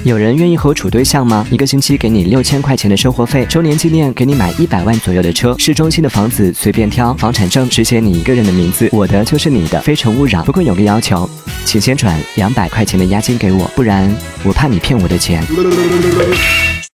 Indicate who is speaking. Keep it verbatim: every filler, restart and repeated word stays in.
Speaker 1: 有人愿意和我处对象吗？一个星期给你六千块钱的生活费，周年纪念给你买一百万左右的车，市中心的房子随便挑，房产证只写你一个人的名字，我的就是你的，非诚勿扰。不过有个要求，请先转两百块钱的押金给我，不然我怕你骗我的钱。